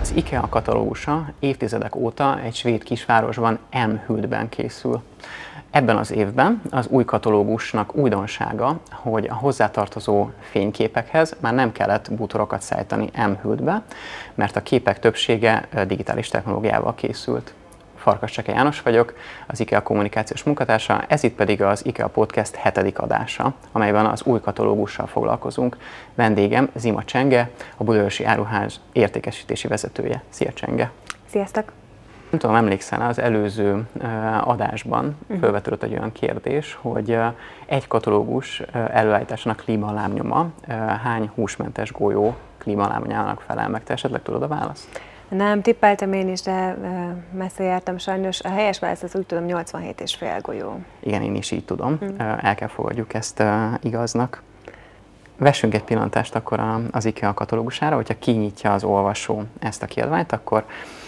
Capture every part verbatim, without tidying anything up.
Az IKEA katalógusa évtizedek óta egy svéd kisvárosban Älmhultben készül. Ebben az évben az új katalógusnak újdonsága, hogy a hozzátartozó fényképekhez már nem kellett bútorokat szállítani Älmhultbe, mert a képek többsége digitális technológiával készült. Farkascsake János vagyok, az IKEA kommunikációs munkatársa, ez itt pedig az IKEA Podcast hetedik adása, amelyben az új katalógussal foglalkozunk. Vendégem Zima Csenge, a Budaörsi Áruház értékesítési vezetője. Szia Csenge! Sziasztok! Nem tudom, emlékszel, az előző uh, adásban uh-huh. felvetődött egy olyan kérdés, hogy uh, egy katalógus uh, előállításának klímalábnyoma uh, hány húsmentes golyó klímalábnyának felel meg. Te esetleg tudod a választ? Nem, tippeltem én is, de messze jártam sajnos. A helyes válasz az úgy tudom nyolcvanhét és fél golyó. Igen, én is így tudom. Mm. El kell fogadjuk ezt igaznak. Vessünk egy pillantást akkor az IKEA katalógusára, hogyha kinyitja az olvasó ezt a kiadványt, akkor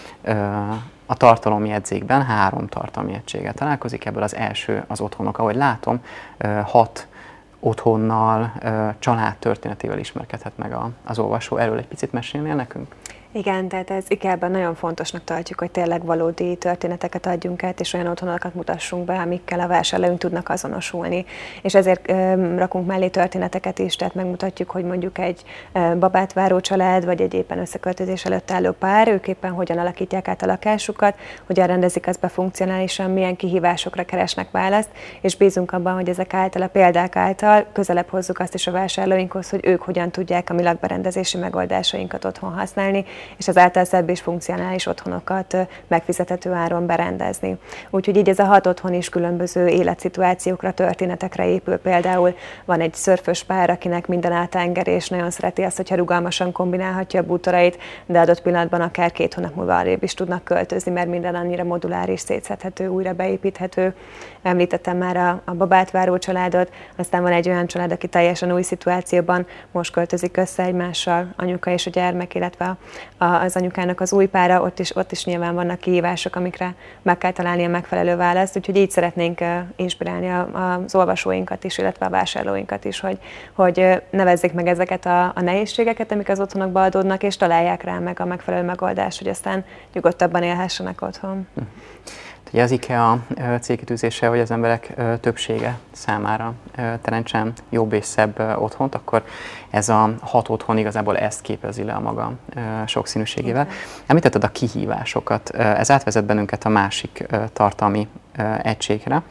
a tartalomjegyzékben három tartalomjegységgel találkozik. Ebből az első az otthonok, ahogy látom, hat otthonnal, családtörténetével ismerkedhet meg az olvasó. Erről egy picit mesélnél nekünk? Igen, tehát ez IKEA-ban nagyon fontosnak tartjuk, hogy tényleg valódi történeteket adjunk át, és olyan otthonokat mutassunk be, amikkel a vásárlóink tudnak azonosulni. És ezért um, rakunk mellé történeteket is, tehát megmutatjuk, hogy mondjuk egy uh, babát váró család, vagy egy éppen összeköltözés előtt álló pár, ők éppen hogyan alakítják át a lakásukat, hogyan rendezik azt be funkcionálisan, milyen kihívásokra keresnek választ, és bízunk abban, hogy ezek által, a példák által közelebb hozzuk azt is a vásárlóinkhoz, hogy ők hogyan tudják a mi lakberendezési megoldásainkat otthon használni, és ezáltal szebb és funkcionális otthonokat megfizethető áron berendezni. Úgyhogy így ez a hat otthon is különböző életszituációkra, történetekre épül. Például van egy szörfös pár, akinek minden átenger, és nagyon szereti azt, hogyha rugalmasan kombinálhatja a bútorait, de adott pillanatban akár két hónap múlva arrébb is tudnak költözni, mert minden annyira moduláris, szétszedhető, újra beépíthető. Említettem már a, a babát váró családot, aztán van egy olyan család, aki teljesen új szituációban most költözik össze egymással, anyuka és a gyermek, illetve az anyukának az új pára, ott is, ott is nyilván vannak kihívások, amikre meg kell találni a megfelelő választ, úgyhogy így szeretnénk inspirálni az olvasóinkat is, illetve a vásárlóinkat is, hogy, hogy nevezzék meg ezeket a, a nehézségeket, amik az otthonokba adódnak, és találják rá meg a megfelelő megoldást, hogy aztán nyugodtabban élhessenek otthon. Hm. Ugye az IKEA célkitűzése, hogy az emberek többsége számára teremtsen jobb és szebb otthont, akkor ez a hat otthon igazából ezt képezi le a maga sokszínűségével. Említetted a kihívásokat, ez átvezet bennünket a másik tartalmi egységre,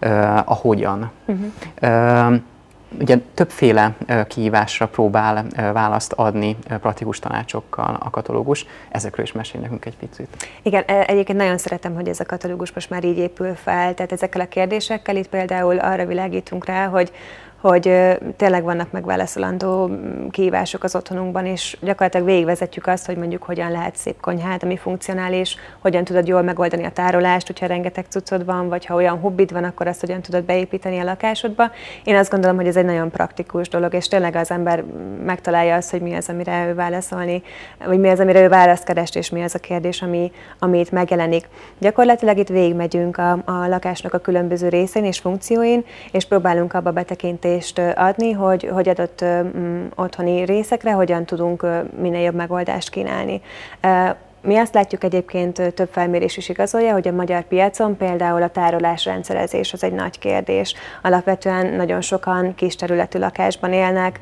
a hogyan. Uh-huh. Ugye többféle kihívásra próbál választ adni praktikus tanácsokkal a katalógus. Ezekről is mesélj nekünk egy picit. Igen, egyébként nagyon szeretem, hogy ez a katalógus most már így épül fel, tehát ezekkel a kérdésekkel itt például arra világítunk rá, hogy hogy tényleg vannak megválaszolandó kihívások az otthonunkban, és gyakorlatilag végigvezetjük azt, hogy mondjuk hogyan lehet szép konyhát, ami funkcionális, hogyan tudod jól megoldani a tárolást, hogyha rengeteg cuccod van, vagy ha olyan hobbid van, akkor azt hogyan tudod beépíteni a lakásodba. Én azt gondolom, hogy ez egy nagyon praktikus dolog, és tényleg az ember megtalálja azt, hogy mi az, amire ő válaszolni, vagy mi az, amire ő választ keres, és mi az a kérdés, ami, ami itt megjelenik. Gyakorlatilag itt végigmegyünk a, a lakásnak a különböző részén és funkcióin, és próbálunk abba betekinteni, adni, hogy, hogy adott um, otthoni részekre hogyan tudunk uh, minél jobb megoldást kínálni. Uh, Mi azt látjuk egyébként, több felmérés is igazolja, hogy a magyar piacon például a tárolásrendszerezés az egy nagy kérdés. Alapvetően nagyon sokan kis területű lakásban élnek,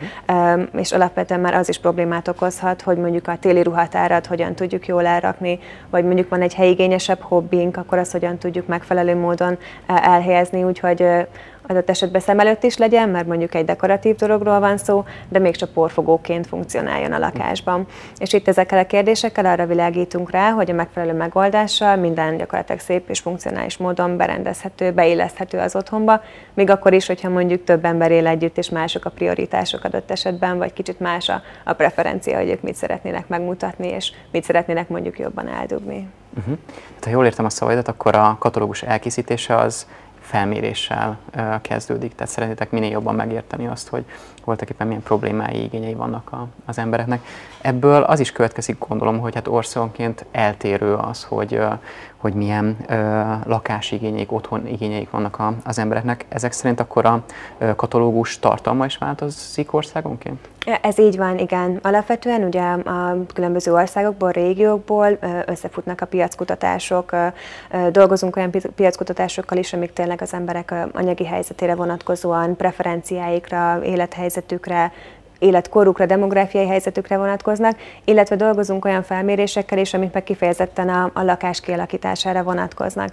és alapvetően már az is problémát okozhat, hogy mondjuk a téli ruhatárat hogyan tudjuk jól elrakni, vagy mondjuk van egy helyigényesebb hobbink, akkor azt hogyan tudjuk megfelelő módon elhelyezni, úgyhogy adott esetben szem előtt is legyen, mert mondjuk egy dekoratív dologról van szó, de mégsem porfogóként funkcionáljon a lakásban. És itt ezekkel a kérdésekkel arra világítunk rá, hogy a megfelelő megoldással minden gyakorlatilag szép és funkcionális módon berendezhető, beilleszthető az otthonba, még akkor is, hogyha mondjuk több ember él együtt, és mások a prioritások adott esetben, vagy kicsit más a, a preferencia, hogy ők mit szeretnének megmutatni, és mit szeretnének mondjuk jobban eldugni. Uh-huh. Hát, ha jól értem a szavaidat, akkor a katalógus elkészítése az felméréssel uh, kezdődik, tehát szeretnétek minél jobban megérteni azt, hogy voltak éppen milyen problémái, igényei vannak a, az embereknek. Ebből az is következik, gondolom, hogy hát országonként eltérő az, hogy, hogy milyen ö, lakásigényeik, otthon igényeik vannak a, az embereknek. Ezek szerint akkor a katalógus tartalma is változik országonként? Ez így van, igen. Alapvetően ugye a különböző országokból, régiókból összefutnak a piackutatások, dolgozunk olyan piackutatásokkal is, amik tényleg az emberek anyagi helyzetére vonatkozóan, preferenciáikra, élethelyzetükre, életkorukra, demográfiai helyzetükre vonatkoznak, illetve dolgozunk olyan felmérésekkel is, amik meg kifejezetten a, a lakás kialakítására vonatkoznak.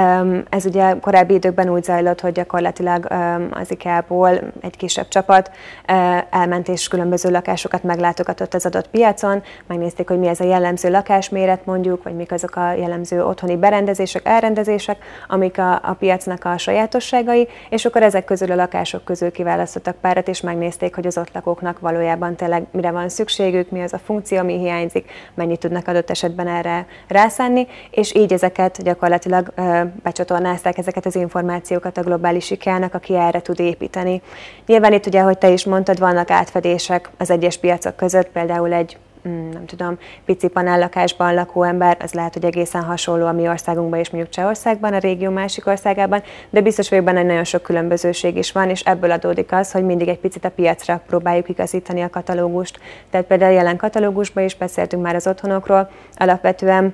Ez ugye korábbi időkben úgy zajlott, hogy gyakorlatilag az IKEA-ból egy kisebb csapat elment és különböző lakásokat meglátogatott az adott piacon, megnézték, hogy mi ez a jellemző lakásméret mondjuk, vagy mik azok a jellemző otthoni berendezések, elrendezések, amik a, a piacnak a sajátosságai, és akkor ezek közül a lakások közül kiválasztottak párat, és megnézték, hogy az ott lakóknak valójában tényleg mire van szükségük, mi az a funkció, ami hiányzik, mennyit tudnak adott esetben erre rászánni, és így ezeket gyakorlatilag becsatornázták ezeket az információkat a globális IKEA-nak, aki erre tud építeni. Nyilván itt ugye, ahogy te is mondtad, vannak átfedések az egyes piacok között, például egy nem tudom, pici panellakásban lakó ember, az lehet, hogy egészen hasonló a mi országunkban és mondjuk Csehországban, a régió másik országában, de biztos vagyok benne, hogy nagyon sok különbözőség is van, és ebből adódik az, hogy mindig egy picit a piacra próbáljuk igazítani a katalógust. Tehát például a jelen katalógusban is beszéltünk már az otthonokról, alapvetően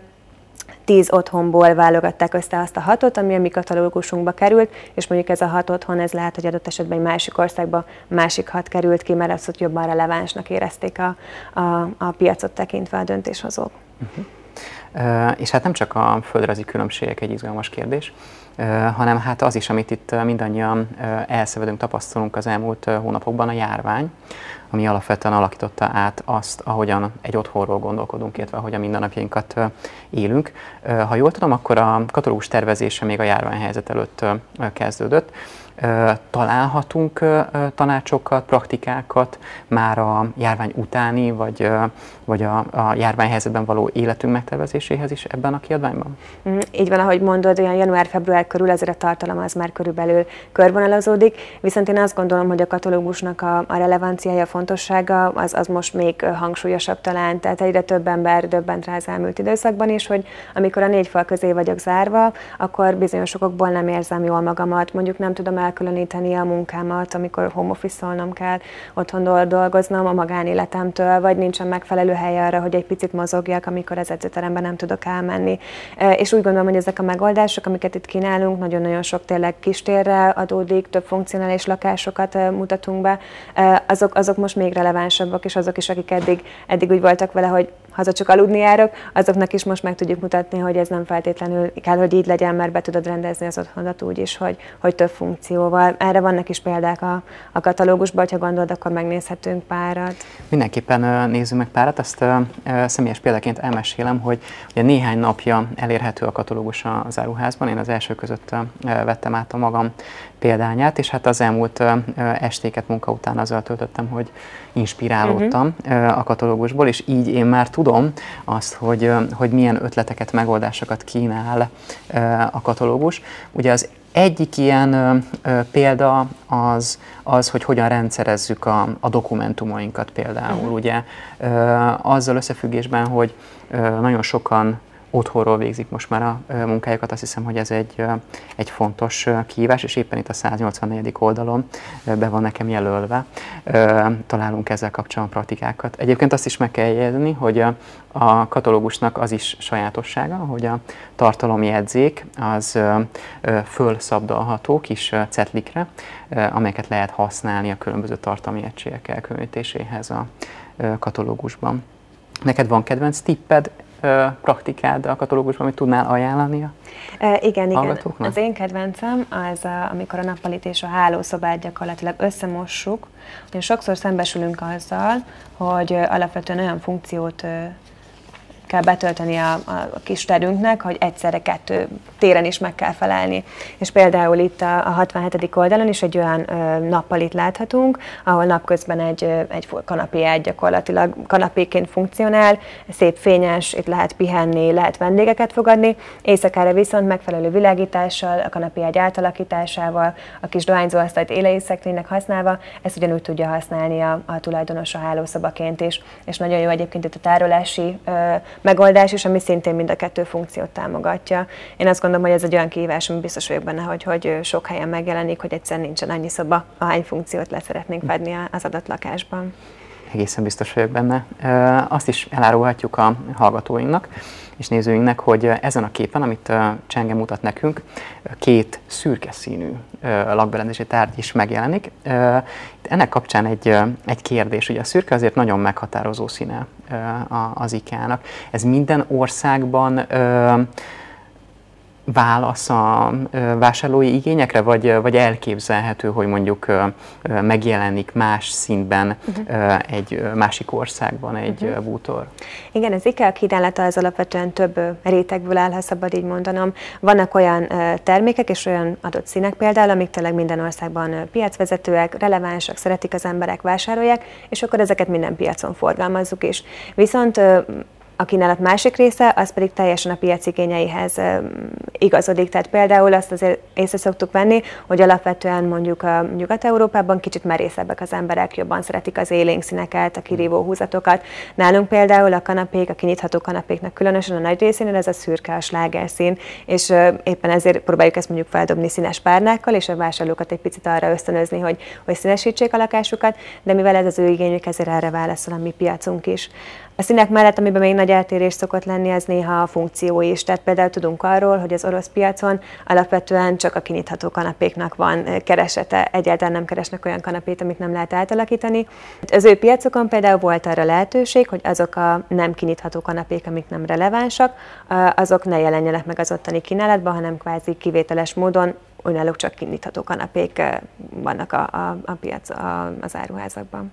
tíz otthonból válogatták össze azt a hatot, ami a mi katalógusunkba került, és mondjuk ez a hat otthon, ez lehet, hogy adott esetben egy másik országba másik hat került ki, mert azt, hogy jobban relevánsnak érezték a, a, a piacot tekintve a döntéshozók. Uh-huh. Uh, és hát nem csak a földrajzi különbségek egy izgalmas kérdés, uh, hanem hát az is, amit itt mindannyian uh, elszenvedünk, tapasztalunk az elmúlt uh, hónapokban, a járvány, ami alapvetően alakította át azt, ahogyan egy otthonról gondolkodunk, illetve ahogyan mindennapjainkat uh, élünk. Uh, ha jól tudom, akkor a katalógus tervezése még a járványhelyzet előtt uh, kezdődött. Találhatunk tanácsokat, praktikákat már a járvány utáni, vagy, vagy a, a járványhelyzetben való életünk megtervezéséhez is ebben a kiadványban? Mm, így van, ahogy mondod, olyan január-február körül azért a tartalom az már körülbelül körvonalazódik, viszont én azt gondolom, hogy a katalógusnak a, a relevanciája, a fontossága az, az most még hangsúlyosabb talán, tehát egyre több ember döbbent rá az elmúlt időszakban is, hogy amikor a négy fal közé vagyok zárva, akkor bizonyos okokból nem érzem jól magamat, mondjuk nem tudom elkülöníteni a munkámat, amikor home office-olnom kell, otthonról dolgoznom a magánéletemtől, vagy nincsen megfelelő hely arra, hogy egy picit mozogjak, amikor az edzőteremben nem tudok elmenni. És úgy gondolom, hogy ezek a megoldások, amiket itt kínálunk, nagyon-nagyon sok tényleg kistérre adódik, több funkcionális lakásokat mutatunk be, azok, azok most még relevánsabbak, és azok is, akik eddig, eddig úgy voltak vele, hogy haza csak aludni járok, azoknak is most meg tudjuk mutatni, hogy ez nem feltétlenül kell, hogy így legyen, mert be tudod rendezni az otthonodat úgy is, hogy, hogy több funkcióval. Erre vannak is példák a, a katalógusban, ha gondolod, akkor megnézhetünk párat. Mindenképpen nézzünk meg párat, azt személyes példaként elmesélem, hogy ugye néhány napja elérhető a katalógus az áruházban, én az első között vettem át a magam példányát, és hát az elmúlt estéket munka után azzal töltöttem, hogy inspirálódtam uh-huh. a katalógusból, és így én már tudom azt, hogy, hogy milyen ötleteket, megoldásokat kínál a katalógus. Ugye az egyik ilyen ö, ö, példa az, az, hogy hogyan rendszerezzük a, a dokumentumainkat például, uh-huh. ugye ö, azzal összefüggésben, hogy ö, nagyon sokan otthonról végzik most már a munkájukat, azt hiszem, hogy ez egy, egy fontos kihívás, és éppen itt a száznyolcvannegyedik oldalon be van nekem jelölve. Találunk ezzel kapcsolatban praktikákat. Egyébként azt is meg kell jegyezni, hogy a katalógusnak az is sajátossága, hogy a tartalomjegyzék az fölszabdalható kis cetlikre, amelyeket lehet használni a különböző tartalmi egységek elkülönítéséhez a katalógusban. Neked van kedvenc tipped, praktikád a katalógusban, amit tudnál ajánlani a e, Igen, igen. hallgatóknak? Az én kedvencem az, a, amikor a nappalit és a hálószobát gyakorlatilag összemossuk. Ugyan sokszor szembesülünk azzal, hogy alapvetően olyan funkciót kell betölteni a, a kis terünknek, hogy egyszerre kettő téren is meg kell felelni. És például itt a, a hatvanhetedik oldalon is egy olyan ö, nappalit láthatunk, ahol napközben egy, egy kanapé gyakorlatilag kanapéként funkcionál, szép fényes, itt lehet pihenni, lehet vendégeket fogadni, éjszakára viszont megfelelő világítással, a kanapé egy átalakításával, a kis dohányzóasztalt élei szekrénynek használva, ezt ugyanúgy tudja használni a, a tulajdonos a hálószobaként is. És nagyon jó egyébként itt a tárolási ö, megoldás is, ami szintén mind a kettő funkciót támogatja. Én azt gondolom, hogy ez egy olyan kihívás, ami biztos vagyok benne, hogy, hogy sok helyen megjelenik, hogy egyszer nincsen annyi szoba, ahány funkciót le szeretnénk fedni az adott lakásban. Egészen biztos vagyok benne. Azt is elárulhatjuk a hallgatóinknak és nézőinknek, hogy ezen a képen, amit Csenge mutat nekünk, két szürke színű lakberendezési tárgy is megjelenik. Ennek kapcsán egy, egy kérdés, ugye a szürke azért nagyon meghatározó színe az IKEA-nak. Ez minden országban válasz a vásárlói igényekre, vagy, vagy elképzelhető, hogy mondjuk megjelenik más színben uh-huh. egy másik országban egy uh-huh. bútor? Igen, az IKEA kínálata az alapvetően több rétegből áll, ha szabad így mondanom. Vannak olyan termékek és olyan adott színek például, amik tényleg minden országban piacvezetőek, relevánsak, szeretik az emberek, vásárolják, és akkor ezeket minden piacon forgalmazzuk is. Viszont a kínálat másik része, az pedig teljesen a piac igényeihez igazodik. Tehát például azt azért észre szoktuk venni, hogy alapvetően mondjuk a Nyugat-Európában kicsit merészebbek az emberek, jobban szeretik az élénk színeket, a kirívó húzatokat. Nálunk például a kanapék, a kinyitható kanapéknak különösen a nagy részénél ez a szürke, a slágerszín, és éppen ezért próbáljuk ezt mondjuk feldobni színes párnákkal, és a vásárlókat egy picit arra ösztönözni, hogy, hogy színesítsék a lakásukat, de mivel ez az ő igényük, ezért erre válaszol a mi piacunk is. A színek mellett, amiben még nagy eltérés szokott lenni, az néha a funkció is. Tehát például tudunk arról, hogy az orosz piacon alapvetően csak a kinyitható kanapéknak van keresete, egyáltalán nem keresnek olyan kanapét, amit nem lehet átalakítani. Az ő piacokon például volt arra lehetőség, hogy azok a nem kinyitható kanapék, amik nem relevánsak, azok ne jelenjenek meg az ottani kínálatban, hanem kvázi kivételes módon náluk csak kinyitható kanapék vannak a, a, a piac, a, az áruházakban.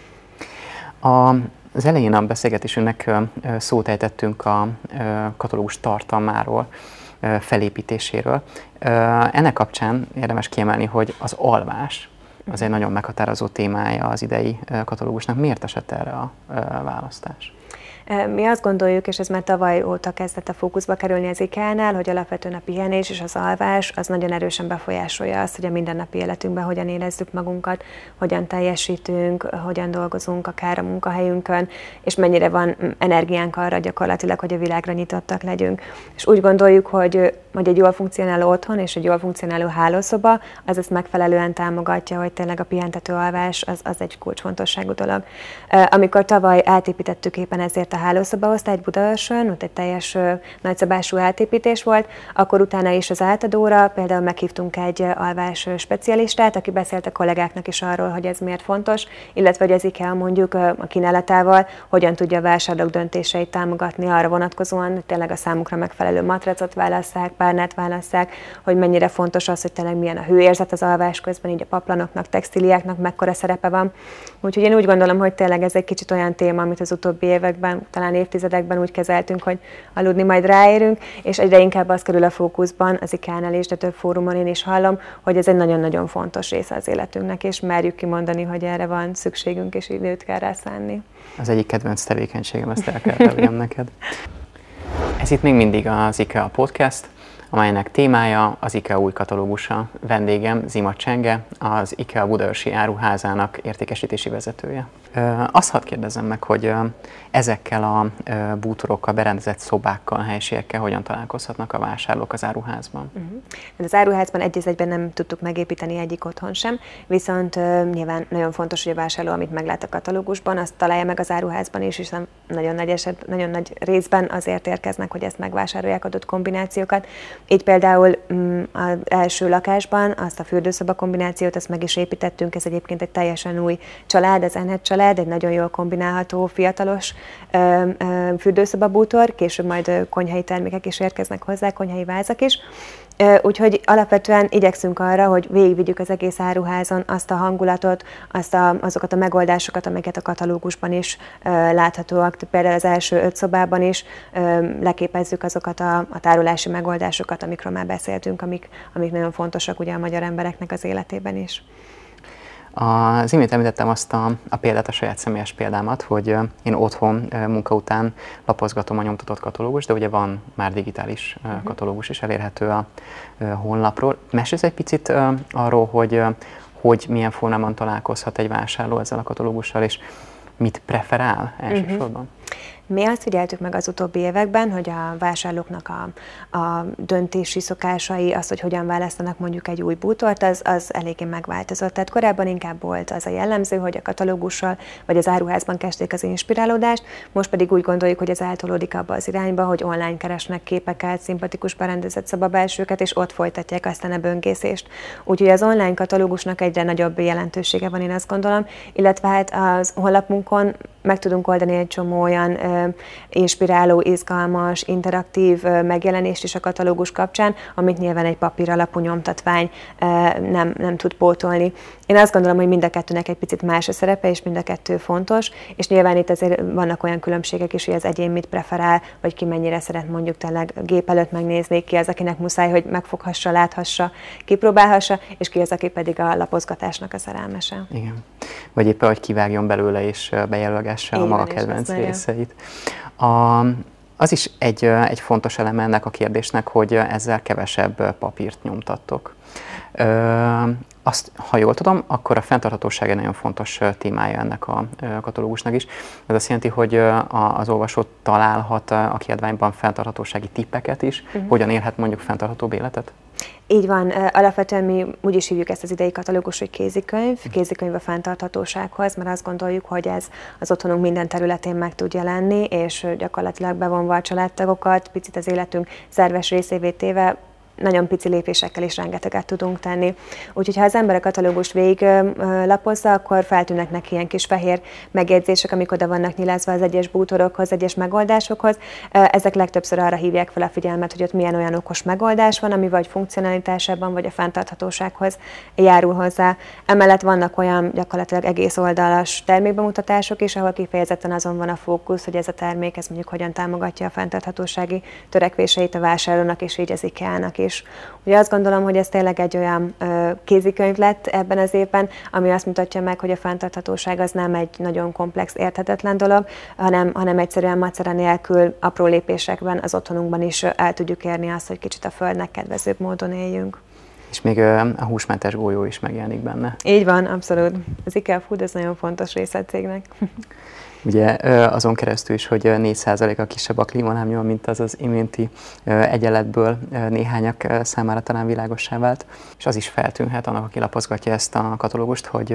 Uh-huh. A Az elején a beszélgetésünknek szót ejtettünk a katalógus tartalmáról, felépítéséről. Ennek kapcsán érdemes kiemelni, hogy az alvás az egy nagyon meghatározó témája az idei katalógusnak. Miért esett erre a választás? Mi azt gondoljuk, és ez már tavaly óta kezdett a fókuszba kerülni az IKEA-nál, hogy alapvetően a pihenés és az alvás az nagyon erősen befolyásolja azt, hogy a mindennapi életünkben hogyan érezzük magunkat, hogyan teljesítünk, hogyan dolgozunk akár a munkahelyünkön, és mennyire van energiánk arra gyakorlatilag, hogy a világra nyitottak legyünk. És úgy gondoljuk, hogy, hogy egy jól funkcionáló otthon és egy jól funkcionáló hálószoba, az ezt megfelelően támogatja, hogy tényleg a pihentető alvás az, az egy kulcsfontosságú dolog. Amikor tavaly átépítettük éppen ezért a hálószobaosztályt Budaörsön, ott egy teljes nagyszabású átépítés volt, akkor utána is az átadóra például meghívtunk egy alvás specialistát, aki beszélt a kollégáknak is arról, hogy ez miért fontos, illetve hogy az IKEA mondjuk a kínálatával hogyan tudja a vásárlók döntéseit támogatni arra vonatkozóan, hogy tényleg a számukra megfelelő matracot válasszák, párnát válasszák, hogy mennyire fontos az, hogy tényleg milyen a hőérzet az alvás közben, így a paplanoknak, textíliáknak mekkora szerepe van. Úgyhogy én úgy gondolom, hogy tényleg ez egy kicsit olyan téma, amit az utóbbi években, talán évtizedekben úgy kezeltünk, hogy aludni majd ráérünk, és egyre inkább az kerül a fókuszban, az IKEA-nál is, de több fórumon én is hallom, hogy ez egy nagyon-nagyon fontos része az életünknek, és merjük kimondani, hogy erre van szükségünk, és időt kell rá szánni. Az egyik kedvenc tevékenységem, ezt el kell felüljem neked. Ez itt még mindig az IKEA Podcast, amelynek témája az IKEA új katalógusa. Vendégem Zima Csenge, az IKEA budaörsi áruházának értékesítési vezetője. Azt hadd kérdezzem meg, hogy ezekkel a bútorokkal, berendezett szobákkal, helyiségekkel hogyan találkozhatnak a vásárlók az áruházban? Uh-huh. Az áruházban egy egyben nem tudtuk megépíteni egyik otthon sem, viszont uh, nyilván nagyon fontos, hogy a vásárló, amit meglát a katalógusban, azt találja meg az áruházban is, hiszen nagyon nagy, eset, nagyon nagy részben azért érkeznek, hogy ezt megvásárolják adott kombinációkat. Így például um, az első lakásban azt a fürdőszoba kombinációt, azt meg is építettünk, ez egyébként egy teljesen új család, az Enhet család, egy nagyon jól kombinálható, fiatalos ö, ö, fürdőszoba bútor, később majd konyhai termékek is érkeznek hozzá, konyhai vázak is. Úgyhogy alapvetően igyekszünk arra, hogy végigvigyük az egész áruházon azt a hangulatot, azt a, azokat a megoldásokat, amiket a katalógusban is láthatóak. Például az első öt szobában is leképezzük azokat a, a tárolási megoldásokat, amikről már beszéltünk, amik, amik nagyon fontosak ugye a magyar embereknek az életében is. Az imént említettem azt a, a példát, a saját személyes példámat, hogy én otthon munka után lapozgatom a nyomtatott katalógust, de ugye van már digitális uh-huh. katalógus is elérhető a honlapról. Mesélsz egy picit arról, hogy, hogy milyen formában találkozhat egy vásárló ezzel a katalógussal, és mit preferál elsősorban? Uh-huh. Mi azt figyeltük meg az utóbbi években, hogy a vásárlóknak a, a döntési szokásai, az, hogy hogyan választanak mondjuk egy új bútort, az, az eléggé megváltozott. Tehát korábban inkább volt az a jellemző, hogy a katalógussal vagy az áruházban kezdték az inspirálódást, most pedig úgy gondoljuk, hogy ez eltolódik abba az irányba, hogy online keresnek képeket, szimpatikus berendezett szobabelsőket, és ott folytatják aztán a böngészést. Úgyhogy az online katalógusnak egyre nagyobb jelentősége van, én azt gondolom, illetve hát az honlapunkon meg tudunk oldani egy csomó olyan ö, inspiráló, izgalmas, interaktív ö, megjelenést is a katalógus kapcsán, amit nyilván egy papír alapú nyomtatvány ö, nem, nem tud pótolni. Én azt gondolom, hogy mind a kettőnek egy picit más a szerepe, és mind a kettő fontos, és nyilván itt azért vannak olyan különbségek is, hogy az egyén mit preferál, vagy ki mennyire szeret mondjuk tényleg gép előtt megnézni, ki az, akinek muszáj, hogy megfoghassa, láthassa, kipróbálhassa, és ki az, aki pedig a lapozgatásnak a szerelmese. Igen. Vagy éppen, hogy kivágjon belőle és bejelölgesse a maga kedvenc részeit. A, az is egy, egy fontos eleme ennek a kérdésnek, hogy ezzel kevesebb papírt nyomtattok. Azt, ha jól tudom, akkor a fenntarthatóság egy nagyon fontos témája ennek a katalógusnak is. Ez azt jelenti, hogy az olvasó találhat a kiadványban fenntarthatósági tippeket is, uh-huh. hogyan élhet mondjuk fenntarthatóbb életet? Így van, alapvetően mi úgy is hívjuk ezt az idei katalógus, hogy kézikönyv, kézikönyv a fenntarthatósághoz, mert azt gondoljuk, hogy ez az otthonunk minden területén meg tud jelenni, és gyakorlatilag bevonva a családtagokat, picit az életünk szerves részévé téve, nagyon pici lépésekkel is rengeteget tudunk tenni. Úgyhogy ha az ember a katalógust végig lapozza, akkor feltűnnek neki ilyen kis fehér megjegyzések, amik oda vannak nyilázva az egyes bútorokhoz, egyes megoldásokhoz. Ezek legtöbbször arra hívják fel a figyelmet, hogy ott milyen olyan okos megoldás van, ami vagy funkcionalitásában, vagy a fenntarthatósághoz járul hozzá. Emellett vannak olyan gyakorlatilag egész oldalas termékbemutatások is, ahol kifejezetten azon van a fókusz, hogy ez a termék, ez mondjuk hogyan támogatja a fenntarthatósági törekvéseit a vásárlónak, és így az IKEA-nak is. Ugye azt gondolom, hogy ez tényleg egy olyan ö, kézikönyv lett ebben az évben, ami azt mutatja meg, hogy a fenntarthatóság az nem egy nagyon komplex, érthetetlen dolog, hanem, hanem egyszerűen macera nélkül, apró lépésekben az otthonunkban is el tudjuk érni azt, hogy kicsit a Földnek kedvezőbb módon éljünk. És még ö, a húsmentes golyó is megjelenik benne. Így van, abszolút. Az IKEA Food, ez nagyon fontos része a cégnek. Ugye azon keresztül is, hogy négy százalékkal kisebb a klímalábnyom, mint az az iménti egyenletből néhányak számára talán világossá vált. És az is feltűnhet annak, aki lapozgatja ezt a katalógust, hogy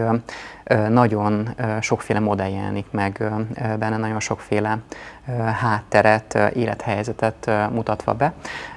nagyon sokféle modell jelenik meg benne, nagyon sokféle hátteret, élethelyzetet mutatva be.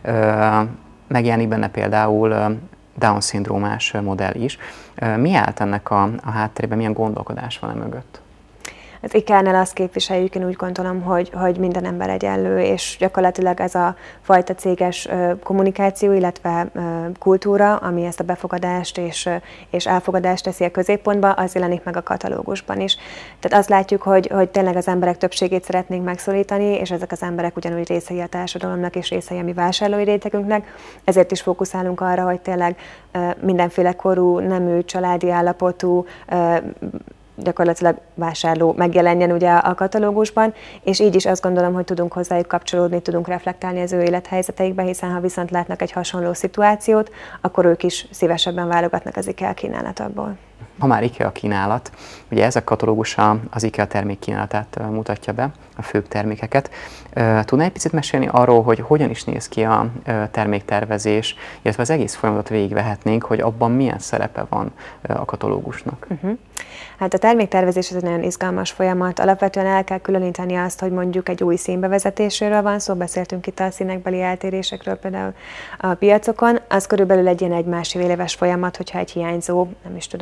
Megjelenik benne például Down-szindrómás modell is. Mi állt ennek a, a háttérében, milyen gondolkodás van e mögött? Az IKEA-nál azt képviseljük, én úgy gondolom, hogy, hogy minden ember egyenlő, és gyakorlatilag ez a fajta céges kommunikáció, illetve kultúra, ami ezt a befogadást és, és elfogadást teszi a középpontba, az jelenik meg a katalógusban is. Tehát azt látjuk, hogy, hogy tényleg az emberek többségét szeretnénk megszólítani, és ezek az emberek ugyanúgy részei a társadalomnak és részei a mi vásárlói rétegünknek, ezért is fókuszálunk arra, hogy tényleg mindenféle korú, nemű, családi állapotú, gyakorlatilag vásárló megjelenjen ugye a katalógusban, és így is azt gondolom, hogy tudunk hozzájuk kapcsolódni, tudunk reflektálni az ő élethelyzeteikbe, hiszen ha viszont látnak egy hasonló szituációt, akkor ők is szívesebben válogatnak az IKEA kínálatokból. Ha már IKEA kínálat, ugye ez a katalógus az IKEA termékkínálatát mutatja be, a főbb termékeket. Tudná egy picit mesélni arról, hogy hogyan is néz ki a terméktervezés, illetve az egész folyamatot végigvehetnénk, hogy abban milyen szerepe van a katalógusnak? Uh-huh. Hát a terméktervezés ez egy nagyon izgalmas folyamat. Alapvetően el kell különíteni azt, hogy mondjuk egy új színbevezetéséről van szó, beszéltünk itt a színekbeli eltérésekről például a piacokon, az körülbelül egy ilyen egy másfél éves folyamat, hogyha egy hiányzó, nem is tudom, egy piac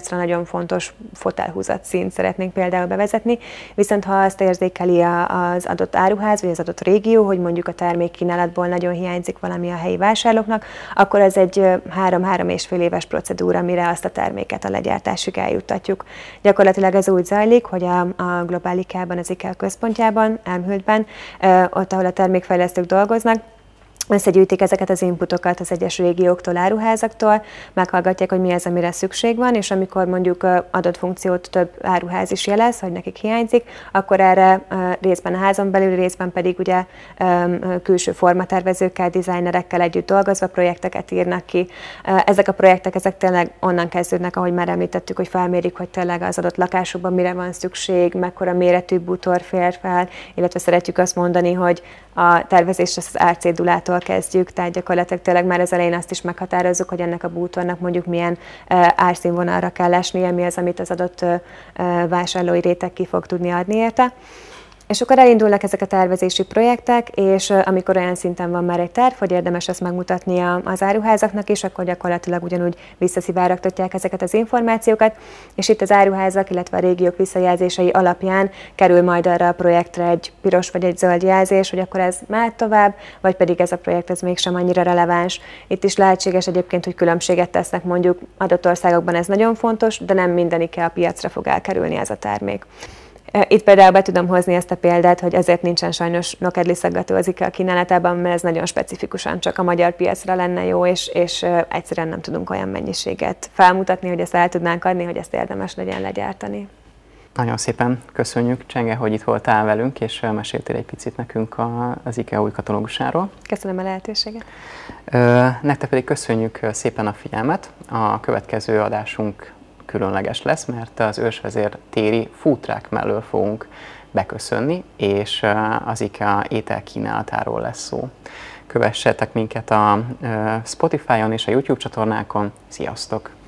piacra nagyon fontos fotelhúzat színt szeretnénk például bevezetni, viszont ha azt érzékeli az adott áruház, vagy az adott régió, hogy mondjuk a termékkínálatból nagyon hiányzik valami a helyi vásárlóknak, akkor ez egy három-három és fél éves procedúra, mire azt a terméket a legyártásig eljuttatjuk. Gyakorlatilag ez úgy zajlik, hogy a, a Global IKEA-ban, az IKEA központjában, Elmhültben, ott, ahol a termékfejlesztők dolgoznak, összegyűjtik ezeket az inputokat az egyes régióktól, áruházaktól, meghallgatják, hogy mi az, amire szükség van, és amikor mondjuk adott funkciót több áruház is jelez, hogy nekik hiányzik, akkor erre részben a házon belül, részben pedig ugye külső formatervezőkkel, designerekkel együtt dolgozva projekteket írnak ki. Ezek a projektek, ezek tényleg onnan kezdődnek, ahogy már említettük, hogy felmérik, hogy tényleg az adott lakásokban mire van szükség, mekkora méretű bútor fér fel, illetve szeretjük azt mondani, hogy a tervezést az árcédulától kezdjük, tehát gyakorlatilag tényleg már az elején azt is meghatározzuk, hogy ennek a bútornak mondjuk milyen árszínvonalra kell esnie, mi az, amit az adott vásárlói réteg ki fog tudni adni érte. És akkor elindulnak ezek a tervezési projektek, és amikor olyan szinten van már egy terv, hogy érdemes ezt megmutatni az áruházaknak is, akkor gyakorlatilag ugyanúgy visszaszivárogtatják ezeket az információkat, és itt az áruházak, illetve a régiók visszajelzései alapján kerül majd arra a projektre egy piros vagy egy zöld jelzés, hogy akkor ez mehet tovább, vagy pedig ez a projekt ez mégsem annyira releváns. Itt is lehetséges egyébként, hogy különbséget tesznek, mondjuk adott országokban ez nagyon fontos, de nem minden IKEA piacra fog elkerülni ez a termék. Itt például be tudom hozni ezt a példát, hogy azért nincsen sajnos nokedli szaggató az IKEA kínálatában, mert ez nagyon specifikusan csak a magyar piacra lenne jó, és, és egyszerűen nem tudunk olyan mennyiséget felmutatni, hogy ezt el tudnánk adni, hogy ezt érdemes legyen legyártani. Nagyon szépen köszönjük, Csenge, hogy itt voltál velünk, és meséltél egy picit nekünk az IKEA új katalógusáról. Köszönöm a lehetőséget. Nektek pedig köszönjük szépen a figyelmet. A következő adásunk különleges lesz, mert az Ősvezér téri food truck mellől fogunk beköszönni, és az IKEA ételkínálatáról lesz szó. Kövessetek minket a Spotify-on és a YouTube csatornákon. Sziasztok!